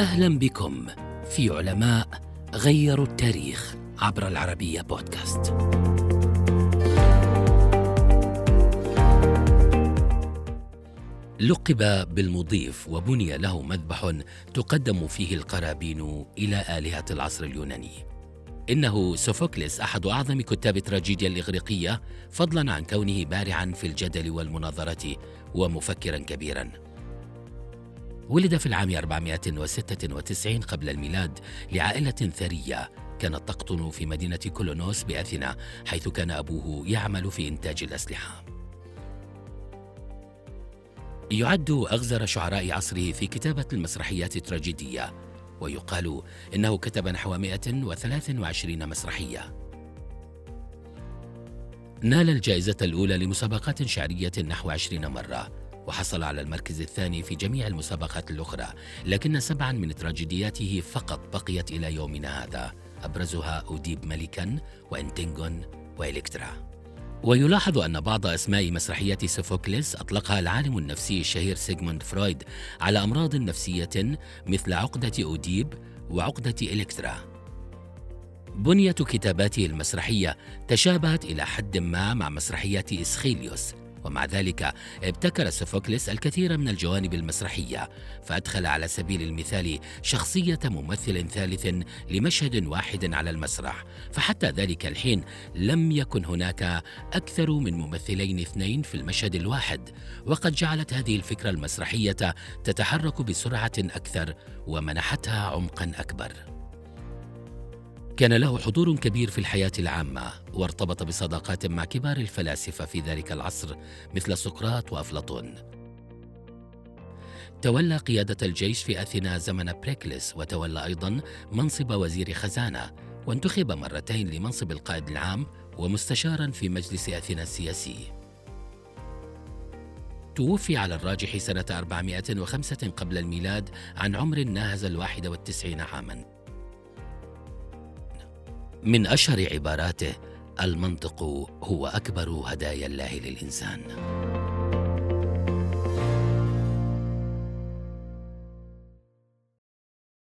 أهلا بكم في علماء غيروا التاريخ عبر العربية بودكاست. لقب بالمضيف وبني له مذبح تقدم فيه القرابين إلى آلهة العصر اليوناني. إنه سوفوكليس أحد أعظم كتاب التراجيديا الإغريقية، فضلاً عن كونه بارعاً في الجدل والمناظرة ومفكراً كبيراً. ولد في العام 496 قبل الميلاد لعائلة ثرية كانت تقطن في مدينة كولونوس بأثينا، حيث كان أبوه يعمل في إنتاج الأسلحة. يعد أغزر شعراء عصره في كتابة المسرحيات التراجيدية، ويقال إنه كتب نحو 123 مسرحية. نال الجائزة الأولى لمسابقات شعرية نحو 20 مرة، وحصل على المركز الثاني في جميع المسابقات الأخرى، لكن 7 من تراجيدياته فقط بقيت إلى يومنا هذا، أبرزها أوديب ملكاً وإنتيغون وإلكترا. ويلاحظ أن بعض أسماء مسرحيات سوفوكليس أطلقها العالم النفسي الشهير سيغموند فرويد على أمراض نفسية مثل عقدة أوديب وعقدة إلكترا. بنية كتاباته المسرحية تشابهت إلى حد ما مع مسرحيات إسخيليوس، ومع ذلك ابتكر سوفوكليس الكثير من الجوانب المسرحية، فأدخل على سبيل المثال شخصية ممثل ثالث لمشهد واحد على المسرح، فحتى ذلك الحين لم يكن هناك أكثر من ممثلين 2 في المشهد الواحد، وقد جعلت هذه الفكرة المسرحية تتحرك بسرعة أكثر ومنحتها عمقا أكبر. كان له حضور كبير في الحياة العامة، وارتبط بصداقات مع كبار الفلاسفة في ذلك العصر مثل سقراط وأفلاطون. تولى قيادة الجيش في أثينا زمن بريكلس، وتولى أيضا منصب وزير خزانة، وانتخب مرتين لمنصب القائد العام ومستشارا في مجلس أثينا السياسي. توفي على الراجح سنة 405 قبل الميلاد عن عمر ناهز 91 عاما. من أشهر عباراته: المنطق هو أكبر هدايا الله للإنسان.